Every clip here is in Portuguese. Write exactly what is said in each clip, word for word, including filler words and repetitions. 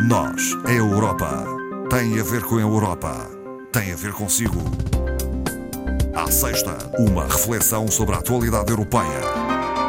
Nós, a Europa, tem a ver com a Europa, tem a ver consigo. À sexta, uma reflexão sobre a atualidade europeia.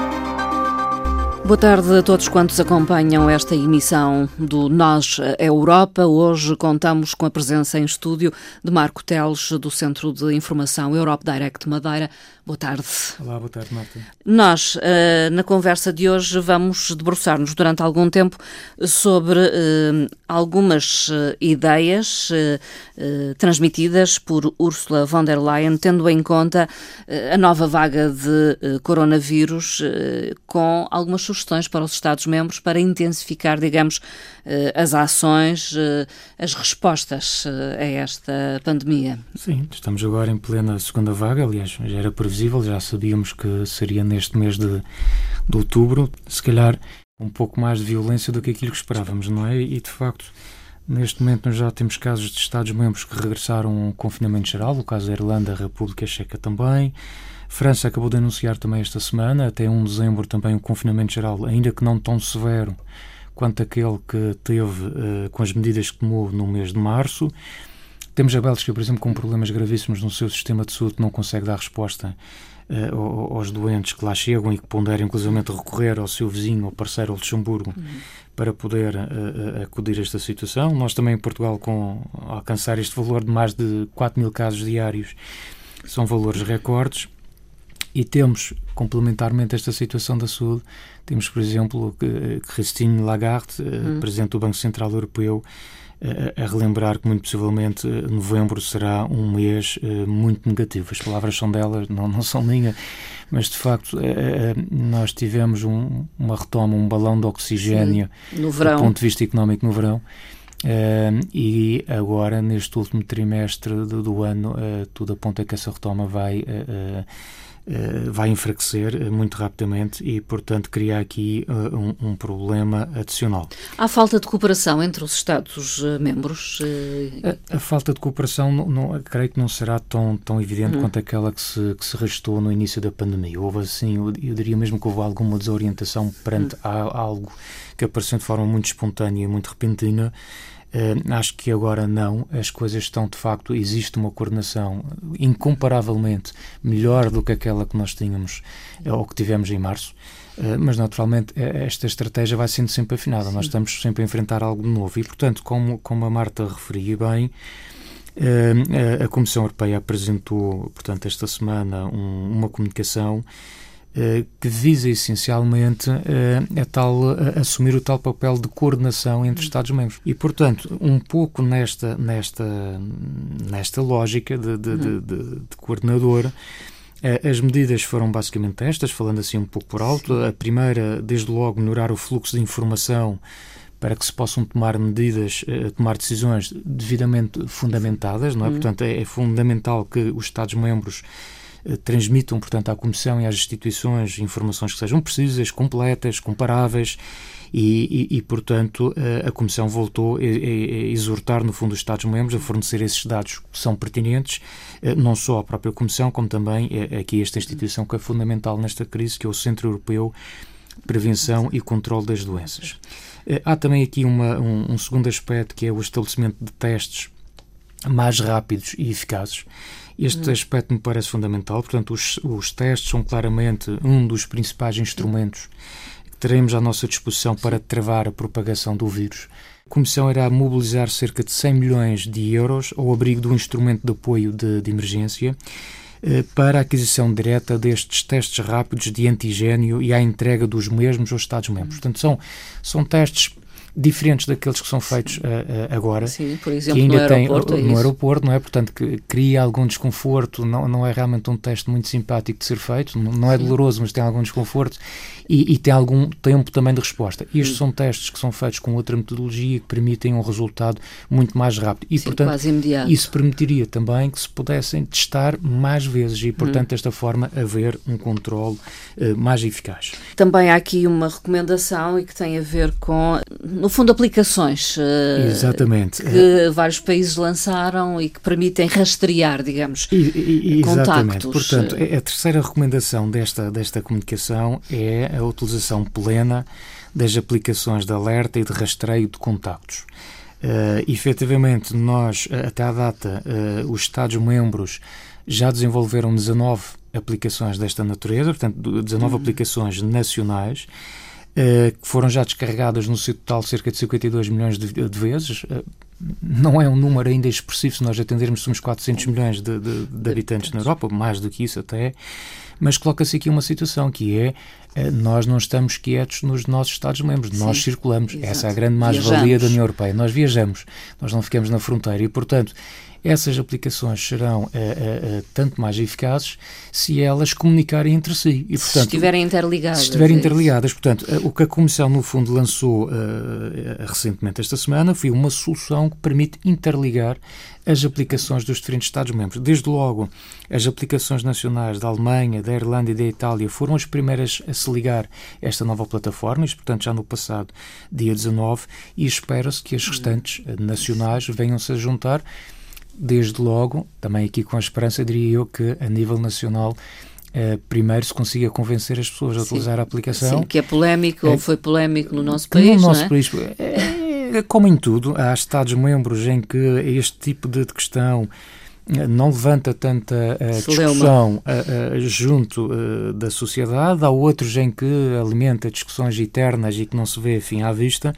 Boa tarde a todos quantos acompanham esta emissão do Nós, a Europa. Hoje contamos com a presença em estúdio de Marco Teles, do Centro de Informação Europe Direct Madeira. Boa tarde. Olá, boa tarde, Marta. Nós, na conversa de hoje, vamos debruçar-nos durante algum tempo sobre algumas ideias transmitidas por Ursula von der Leyen, tendo em conta a nova vaga de coronavírus, com algumas sugestões para os Estados-membros para intensificar, digamos, as ações, as respostas a esta pandemia. Sim, estamos agora em plena segunda vaga, aliás, já era previsível, já sabíamos que seria neste mês de, de outubro, se calhar um pouco mais de violência do que aquilo que esperávamos, não é? E, de facto, neste momento nós já temos casos de Estados-membros que regressaram ao confinamento geral, o caso da Irlanda, a República Checa também. França acabou de anunciar também esta semana, até um de dezembro também um confinamento geral, ainda que não tão severo quanto aquele que teve uh, com as medidas que tomou no mês de março. Temos a Bélgica, por exemplo, com problemas gravíssimos no seu sistema de saúde, que não consegue dar resposta uh, aos doentes que lá chegam e que ponderam inclusivamente recorrer ao seu vizinho ou parceiro, ao Luxemburgo, uhum. para poder uh, acudir a esta situação. Nós também em Portugal, com a alcançar este valor de mais de quatro mil casos diários, são valores recordes. E temos, complementarmente a esta situação da saúde, temos, por exemplo, Christine Lagarde, hum. Presidente do Banco Central Europeu, a, a relembrar que muito possivelmente novembro será um mês muito negativo. As palavras são dela, não, não são minhas, mas de facto nós tivemos um, uma retoma, um balão de oxigénio no verão. Do ponto de vista económico no verão. Uh, e agora, neste último trimestre do, do ano, uh, tudo aponta que essa retoma vai, uh, uh, vai enfraquecer uh, muito rapidamente e, portanto, cria aqui uh, um, um problema adicional. Há falta de cooperação entre os Estados-membros? Uh, a, a falta de cooperação, não, não, creio que não será tão, tão evidente hum. quanto aquela que se, que se registrou no início da pandemia. Houve, assim, eu, eu diria mesmo que houve alguma desorientação perante hum. a, algo que apareceu de forma muito espontânea e muito repentina. Uh, acho que agora não, as coisas estão de facto, existe uma coordenação incomparavelmente melhor do que aquela que nós tínhamos uh, ou que tivemos em março, uh, mas naturalmente esta estratégia vai sendo sempre afinada. Sim. Nós estamos sempre a enfrentar algo novo e, portanto, como, como a Marta referia bem, uh, a Comissão Europeia apresentou, portanto, esta semana um, uma comunicação que visa essencialmente a tal, a assumir o tal papel de coordenação entre Estados-membros. E, portanto, um pouco nesta, nesta, nesta lógica de, de, de, de, de coordenador, as medidas foram basicamente estas, falando assim um pouco por alto. A primeira, desde logo, melhorar o fluxo de informação para que se possam tomar medidas, tomar decisões devidamente fundamentadas, não é? Uhum. Portanto, é, é fundamental que os Estados-membros transmitam, portanto, à Comissão e às instituições informações que sejam precisas, completas, comparáveis e, e, e portanto, a Comissão voltou a, a, a exortar, no fundo, os Estados-membros a fornecer esses dados que são pertinentes, não só à própria Comissão, como também aqui esta instituição que é fundamental nesta crise, que é o Centro Europeu de Prevenção e Controlo das Doenças. Há também aqui uma, um, um segundo aspecto, que é o estabelecimento de testes mais rápidos e eficazes. Este aspecto me parece fundamental, portanto, os, os testes são claramente um dos principais instrumentos que teremos à nossa disposição para travar a propagação do vírus. A Comissão irá mobilizar cerca de cem milhões de euros ao abrigo do instrumento de apoio de, de emergência eh, para a aquisição direta destes testes rápidos de antigénio e à entrega dos mesmos aos Estados-membros. Portanto, são, são testes diferentes daqueles que são feitos uh, uh, agora. Sim, por exemplo, que ainda no aeroporto. Tem, é no isso. aeroporto, não é? Portanto, que cria algum desconforto, não, não é realmente um teste muito simpático de ser feito, não, não é doloroso, mas tem algum desconforto e, e tem algum tempo também de resposta. E estes Sim. são testes que são feitos com outra metodologia que permitem um resultado muito mais rápido. E, Sim, portanto, quase imediato. Isso permitiria também que se pudessem testar mais vezes e, portanto, hum. desta forma, haver um controle uh, mais eficaz. Também há aqui uma recomendação e que tem a ver com no fundo, aplicações uh, Exatamente. que vários países lançaram e que permitem rastrear, digamos, e, e, exatamente. contactos. Portanto, a terceira recomendação desta, desta comunicação é a utilização plena das aplicações de alerta e de rastreio de contactos. Uh, efetivamente, nós, até à data, uh, os Estados-membros já desenvolveram dezanove aplicações desta natureza, portanto, dezanove uhum. aplicações nacionais, uh, que foram já descarregadas no seu total cerca de cinquenta e dois milhões de, de vezes. Uh, não é um número ainda expressivo, se nós atendermos, somos quatrocentos milhões de, de, de habitantes na Europa, mais do que isso até, mas coloca-se aqui uma situação que é, nós não estamos quietos nos nossos Estados-membros, nós circulamos. Exato. Essa é a grande mais-valia da União Europeia. Nós viajamos, nós não ficamos na fronteira e, portanto, essas aplicações serão uh, uh, uh, tanto mais eficazes se elas comunicarem entre si. E, portanto, se estiverem interligadas. Se estiverem é interligadas. Portanto, uh, o que a Comissão, no fundo, lançou uh, uh, recentemente esta semana foi uma solução que permite interligar as aplicações dos diferentes Estados-membros. Desde logo, as aplicações nacionais da Alemanha, da Irlanda e da Itália foram as primeiras a se ligar a esta nova plataforma, isto, portanto, já no passado dia dezanove, e espera-se que as restantes uh, nacionais venham-se a juntar. Desde logo, também aqui com a esperança, diria eu, que a nível nacional eh, primeiro se consiga convencer as pessoas a sim, utilizar a aplicação. Sim, que é polémico é, ou foi polémico no nosso país, no não nosso é? país, é, como em tudo, há Estados-membros em que este tipo de questão não levanta tanta uh, discussão uh, uh, junto uh, da sociedade, há outros em que alimenta discussões eternas e que não se vê fim à vista.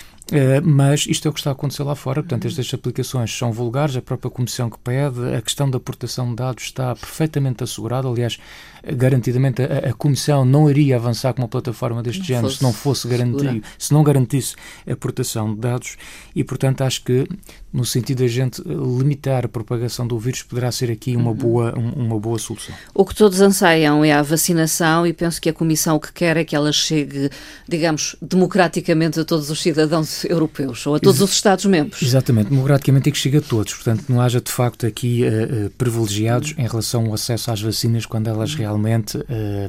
Uh, mas isto é o que está a acontecer lá fora, portanto estas aplicações são vulgares, a própria Comissão que pede, a questão da proteção de dados está perfeitamente assegurada, aliás, garantidamente a, a Comissão não iria avançar com uma plataforma deste não género fosse, se não fosse garantir, se não garantisse a proteção de dados e, portanto, acho que no sentido de a gente limitar a propagação do vírus poderá ser aqui uma, uhum. boa, um, uma boa solução. O que todos anseiam é a vacinação e penso que a Comissão o que quer é que ela chegue, digamos, democraticamente a todos os cidadãos europeus ou a todos Ex- os Estados-membros. Exatamente, democraticamente é que chegue a todos, portanto não haja de facto aqui uh, uh, privilegiados uhum. em relação ao acesso às vacinas quando elas uhum. realmente uh,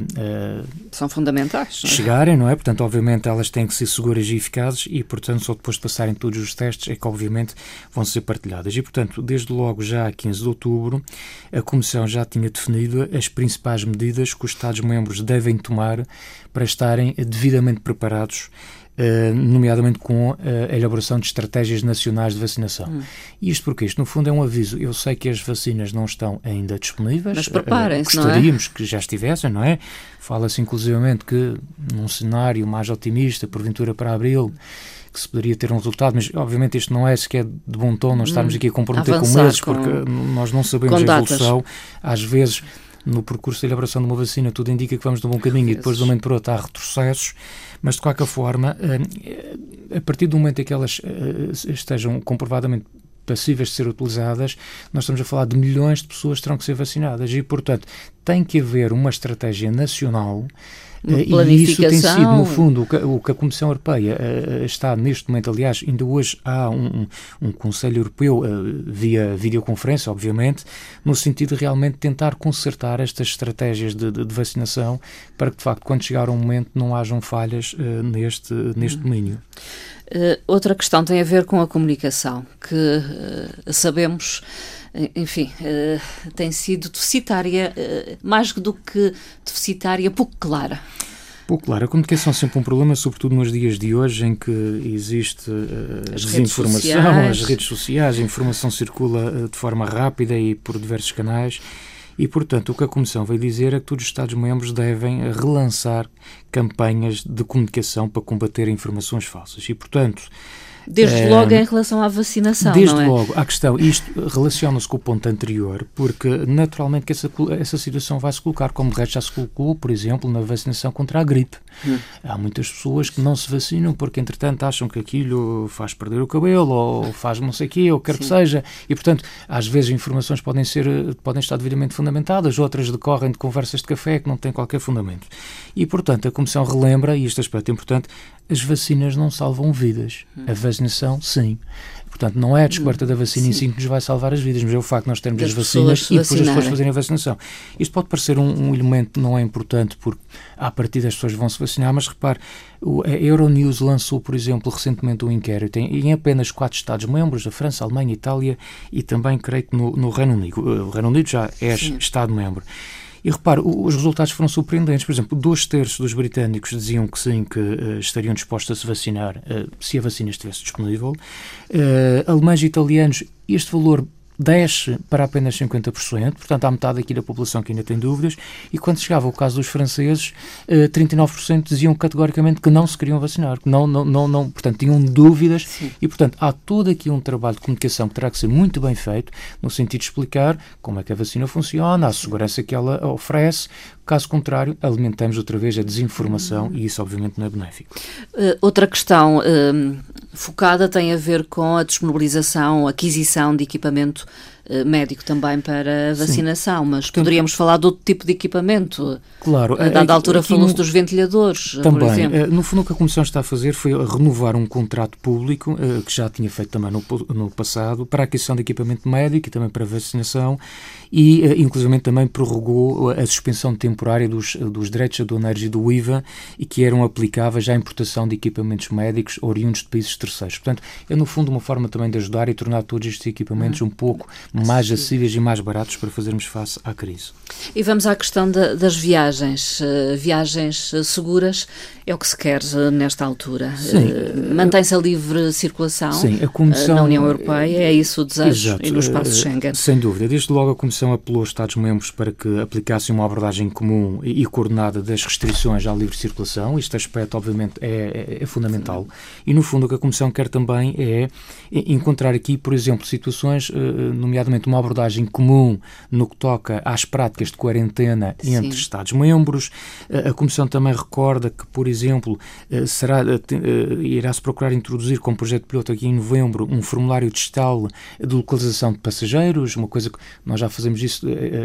uh, são fundamentais. Não é? Chegarem, não é? Portanto, obviamente elas têm que ser seguras e eficazes e, portanto, só depois de passarem todos os testes é que, obviamente, vão ser partilhadas. E, portanto, desde logo, já a quinze de outubro, a Comissão já tinha definido as principais medidas que os Estados-membros devem tomar para estarem devidamente preparados, Uh, nomeadamente com uh, a elaboração de estratégias nacionais de vacinação. Hum. E isto porque isto, no fundo, é um aviso. Eu sei que as vacinas não estão ainda disponíveis. Mas preparem-se, uh, gostaríamos não é? que já estivessem, não é? Fala-se, inclusivamente, que num cenário mais otimista, porventura para abril, que se poderia ter um resultado, mas obviamente isto não é sequer de bom tom, não estarmos aqui a comprometer com meses, com, porque nós não sabemos a evolução. Às vezes, no percurso de elaboração de uma vacina, tudo indica que vamos no bom caminho e depois de um momento para o outro há retrocessos, mas de qualquer forma, a partir do momento em que elas estejam comprovadamente passíveis de ser utilizadas, nós estamos a falar de milhões de pessoas que terão que ser vacinadas e, portanto, tem que haver uma estratégia nacional. E isso tem sido, no fundo, o que, o que a Comissão Europeia uh, está neste momento. Aliás, ainda hoje há um, um, um Conselho Europeu uh, via videoconferência, obviamente, no sentido de realmente tentar consertar estas estratégias de, de, de vacinação para que, de facto, quando chegar um momento, não hajam falhas uh, neste, neste hum. domínio. Uh, outra questão tem a ver com a comunicação, que uh, sabemos... enfim, uh, tem sido deficitária, uh, mais do que deficitária, pouco clara. Pouco clara. A comunicação é sempre um problema, sobretudo nos dias de hoje, em que existe uh, as desinformação, redes as redes sociais, a informação circula uh, de forma rápida e por diversos canais. E, portanto, o que a Comissão veio dizer é que todos os Estados-membros devem relançar campanhas de comunicação para combater informações falsas. E, portanto... Desde é, logo em relação à vacinação, desde não é? logo, a questão, isto relaciona-se com o ponto anterior, porque naturalmente que essa, essa situação vai se colocar, como de resto já se colocou, por exemplo, na vacinação contra a gripe. Hum. Há muitas pessoas que não se vacinam porque, entretanto, acham que aquilo faz perder o cabelo, ou faz não sei o quê, ou quer Sim. que seja, e, portanto, às vezes informações podem, ser, podem estar devidamente fundamentadas, outras decorrem de conversas de café que não têm qualquer fundamento. E, portanto, a Comissão relembra, e este aspecto é importante, as vacinas não salvam vidas. A vacinação, sim. Portanto, não é a descoberta da vacina em si que nos vai salvar as vidas, mas é o facto de nós termos as vacinas e depois as pessoas fazerem a vacinação. Isto pode parecer um, um elemento que não é importante, porque à partida as pessoas vão se vacinar, mas repare, a Euronews lançou, por exemplo, recentemente um inquérito em, em apenas quatro Estados-membros, a França, a Alemanha, a Itália e também, creio que no, no Reino Unido. O Reino Unido já é Estado-membro. E repare, os resultados foram surpreendentes. Por exemplo, dois terços dos britânicos diziam que sim, que uh, estariam dispostos a se vacinar uh, se a vacina estivesse disponível. Uh, alemães e italianos, este valor desce para apenas cinquenta por cento, portanto há metade aqui da população que ainda tem dúvidas, e quando chegava o caso dos franceses, trinta e nove por cento diziam categoricamente que não se queriam vacinar, que não, não, não, não, portanto tinham dúvidas. Sim. E portanto há todo aqui um trabalho de comunicação que terá que ser muito bem feito, no sentido de explicar como é que a vacina funciona, a segurança que ela oferece. Caso contrário, alimentamos outra vez a desinformação hum. e isso obviamente não é benéfico. Uh, outra questão uh, focada tem a ver com a disponibilização, a aquisição de equipamento uh, médico também para a vacinação, Sim. mas Portanto, poderíamos falar de outro tipo de equipamento. Claro. A dada altura falou-se dos ventiladores, também, por exemplo. No fundo, o que a Comissão está a fazer foi renovar um contrato público, uh, que já tinha feito também no, no passado, para a aquisição de equipamento médico e também para a vacinação, e uh, inclusive também prorrogou a suspensão temporária dos, dos direitos aduaneiros e do I V A, e que eram aplicáveis à importação de equipamentos médicos oriundos de países terceiros. Portanto, é no fundo uma forma também de ajudar e tornar todos estes equipamentos um pouco mais acessíveis e mais baratos para fazermos face à crise. E vamos à questão de, das viagens. Uh, viagens seguras é o que se quer uh, nesta altura. Uh, Mantém-se a livre circulação Sim, a Comissão, uh, na União Europeia, é isso o desejo, Exato. E no espaço Schengen. Sem dúvida. Desde logo a Comissão apelou aos Estados-membros para que aplicassem uma abordagem comum e coordenada das restrições à livre circulação. Este aspecto, obviamente, é, é, é fundamental. E, no fundo, o que a Comissão quer também é encontrar aqui, por exemplo, situações, nomeadamente uma abordagem comum no que toca às práticas de quarentena entre Sim. Estados-membros. A Comissão também recorda que, por exemplo, será, irá-se procurar introduzir como projeto piloto aqui em novembro um formulário digital de localização de passageiros, uma coisa que nós já fazemos isso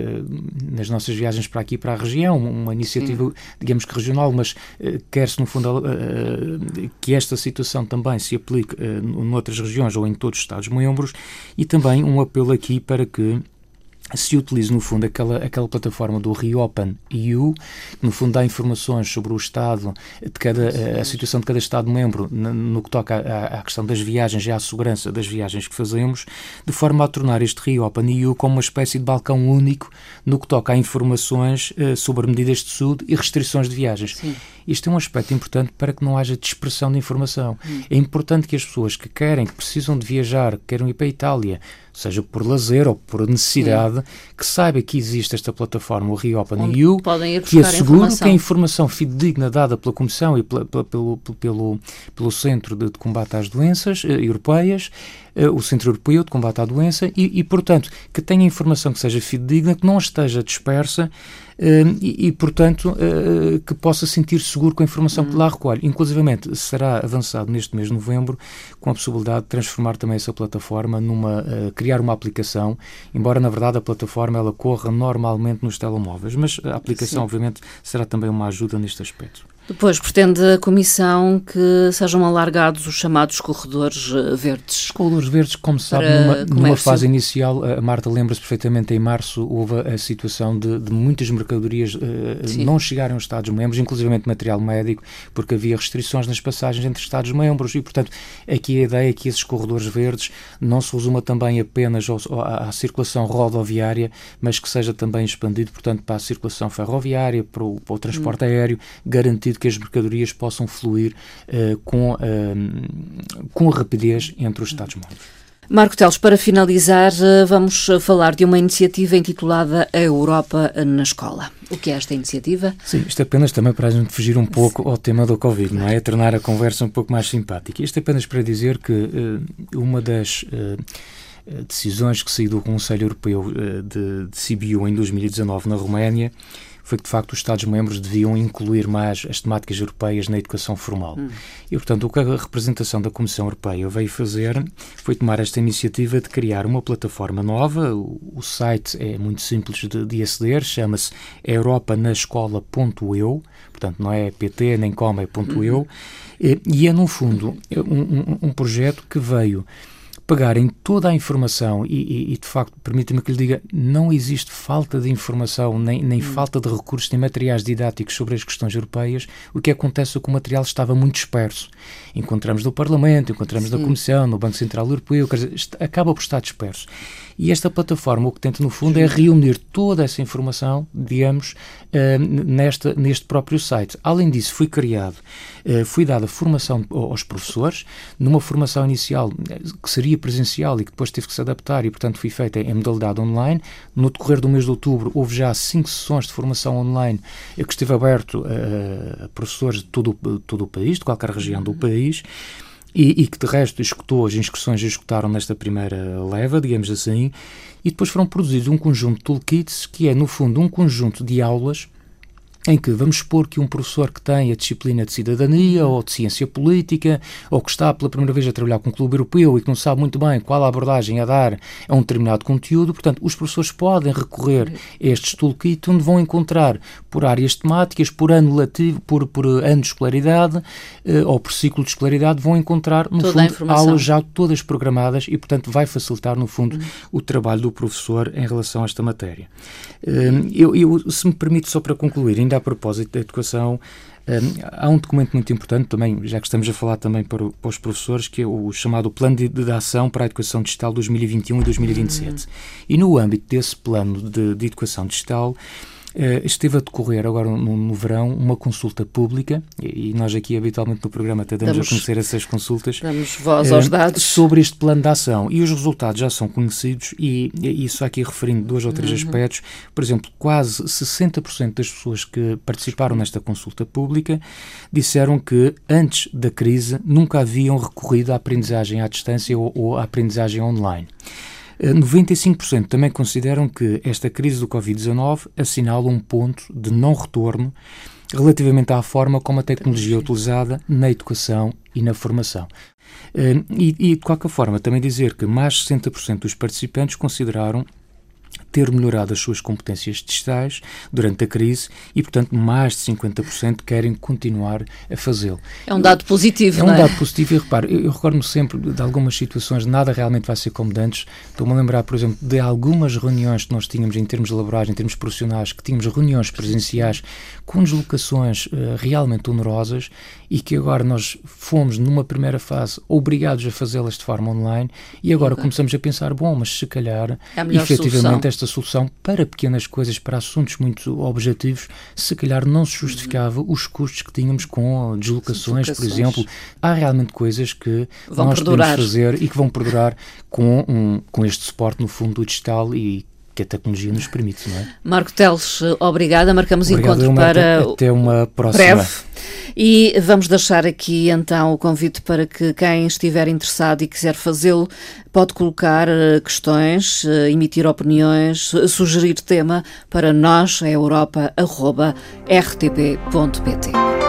nas nossas viagens para aqui, para a região, uma iniciativa, Sim. digamos que regional, mas uh, quer-se, no fundo, uh, uh, que esta situação também se aplique uh, noutras regiões ou em todos os Estados-membros, e também um apelo aqui para que se utilize, no fundo, aquela, aquela plataforma do Reopen E U, que, no fundo, dá informações sobre o estado de cada, a situação de cada Estado-membro no, no que toca à, à questão das viagens e à segurança das viagens que fazemos, de forma a tornar este Reopen E U como uma espécie de balcão único no que toca a informações uh, sobre medidas de saúde e restrições de viagens. Sim. Isto é um aspecto importante para que não haja dispersão de informação. Hum. É importante que as pessoas que querem, que precisam de viajar, que querem ir para a Itália, seja por lazer ou por necessidade, Sim. que saiba que existe esta plataforma, o Reopen E U, que assegura que a informação fidedigna dada pela Comissão e pela, pela, pelo, pelo, pelo Centro de, de Combate às Doenças uh, Europeias, uh, o Centro Europeu de Combate à Doença, e, e, portanto, que tenha informação que seja fidedigna, que não esteja dispersa, Uh, e, e, portanto, uh, que possa sentir seguro com a informação hum. que lá recolhe. Inclusivamente, será avançado neste mês de novembro com a possibilidade de transformar também essa plataforma numa, uh, criar uma aplicação, embora, na verdade, a plataforma ela corra normalmente nos telemóveis, mas a aplicação, Sim. obviamente, será também uma ajuda neste aspecto. Depois, pretende a Comissão que sejam alargados os chamados corredores verdes? Os corredores verdes, como se sabe, numa, numa fase inicial, a Marta lembra-se perfeitamente, em março houve a situação de, de muitas mercadorias uh, não chegarem aos Estados-membros, inclusivamente material médico, porque havia restrições nas passagens entre Estados-membros e, portanto, aqui a ideia é que esses corredores verdes não se resuma também apenas ao, à, à circulação rodoviária, mas que seja também expandido, portanto, para a circulação ferroviária, para o, para o transporte hum. aéreo, garantido que as mercadorias possam fluir uh, com, uh, com rapidez entre os Estados-membros. Marco Teles, para finalizar, vamos falar de uma iniciativa intitulada A Europa na Escola. O que é esta iniciativa? Sim, isto é apenas também para a gente fugir um pouco Sim. ao tema do Covid, não é? Tornar a conversa um pouco mais simpática. Isto é apenas para dizer que uh, uma das uh, decisões que saiu do Conselho Europeu uh, de, de Sibiu em dois mil e dezanove na Roménia foi que, de facto, os Estados-membros deviam incluir mais as temáticas europeias na educação formal. Hum. E, portanto, o que a representação da Comissão Europeia veio fazer foi tomar esta iniciativa de criar uma plataforma nova. O, o site é muito simples de, de aceder, chama-se europa na escola ponto eu, portanto, não é pt nem com, é ponto eu, hum. e, e é, no fundo, um, um, um projeto que veio pegarem toda a informação e, e, e de facto, permita-me que lhe diga, não existe falta de informação, nem, nem hum. falta de recursos, nem materiais didáticos sobre as questões europeias. O que acontece é que o material estava muito disperso. Encontramos no Parlamento, encontramos Sim. na Comissão, no Banco Central Europeu, quer dizer, acaba por estar disperso. E esta plataforma o que tenta, no fundo, é reunir toda essa informação, digamos, uh, nesta, neste próprio site. Além disso, foi criado, uh, foi dada formação aos professores, numa formação inicial que seria presencial e que depois teve que se adaptar e, portanto, foi feita em modalidade online. No decorrer do mês de outubro, houve já cinco sessões de formação online que esteve aberto a, a professores de todo, todo o país, de qualquer região do país. E, e que, de resto, escutou, as inscrições escutaram nesta primeira leva, digamos assim, e depois foram produzidos um conjunto de toolkits, que é, no fundo, um conjunto de aulas em que vamos supor que um professor que tem a disciplina de cidadania ou de ciência política, ou que está pela primeira vez a trabalhar com um clube europeu e que não sabe muito bem qual a abordagem a dar a um determinado conteúdo, portanto, os professores podem recorrer a estes toolkits, onde vão encontrar por áreas temáticas, por ano letivo, por, por ano de escolaridade eh, ou por ciclo de escolaridade, vão encontrar, no Toda fundo, aulas já todas programadas e, portanto, vai facilitar, no fundo, uhum. o trabalho do professor em relação a esta matéria. Eh, eu, eu, se me permite, só para concluir, ainda a propósito da educação, um, há um documento muito importante também, já que estamos a falar também para, para os professores, que é o chamado Plano de, de Ação para a Educação Digital dois mil e vinte e um e dois mil e vinte e sete. Uhum. E no âmbito desse plano de, de educação digital, Uh, esteve a decorrer agora no, no verão uma consulta pública, e, e nós aqui habitualmente no programa até damos damos, a conhecer essas consultas, damos voz aos uh, dados sobre este plano de ação, e os resultados já são conhecidos, e, e isso aqui referindo dois ou três uhum. aspectos. Por exemplo, quase sessenta por cento das pessoas que participaram nesta consulta pública disseram que antes da crise nunca haviam recorrido à aprendizagem à distância ou, ou à aprendizagem online. noventa e cinco por cento também consideram que esta crise do covid dezanove assinala um ponto de não retorno relativamente à forma como a tecnologia é utilizada na educação e na formação. E, e de qualquer forma, também dizer que mais de sessenta por cento dos participantes consideraram ter melhorado as suas competências digitais durante a crise e, portanto, mais de cinquenta por cento querem continuar a fazê-lo. É um dado positivo, é não é? É um dado positivo e, repare, eu, eu recordo-me sempre de algumas situações, nada realmente vai ser como de antes. Estou-me a lembrar, por exemplo, de algumas reuniões que nós tínhamos em termos laborais, em termos profissionais, que tínhamos reuniões presenciais com deslocações uh, realmente onerosas e que agora nós fomos, numa primeira fase, obrigados a fazê-las de forma online e agora começamos a pensar, bom, mas se calhar, é efetivamente, solução. esta solução para pequenas coisas, para assuntos muito objetivos, se calhar não se justificava uhum. os custos que tínhamos com deslocações, deslocações, por exemplo. Há realmente coisas que vão nós perdurar. podemos fazer e que vão perdurar com, um, com este suporte, no fundo, do digital e que a tecnologia nos permite, não é? Marco Teles, obrigada. Marcamos Obrigado, encontro para até uma próxima. Breve. E vamos deixar aqui então o convite para que quem estiver interessado e quiser fazê-lo pode colocar questões, emitir opiniões, sugerir tema para nós, a europa arroba r t p ponto p t.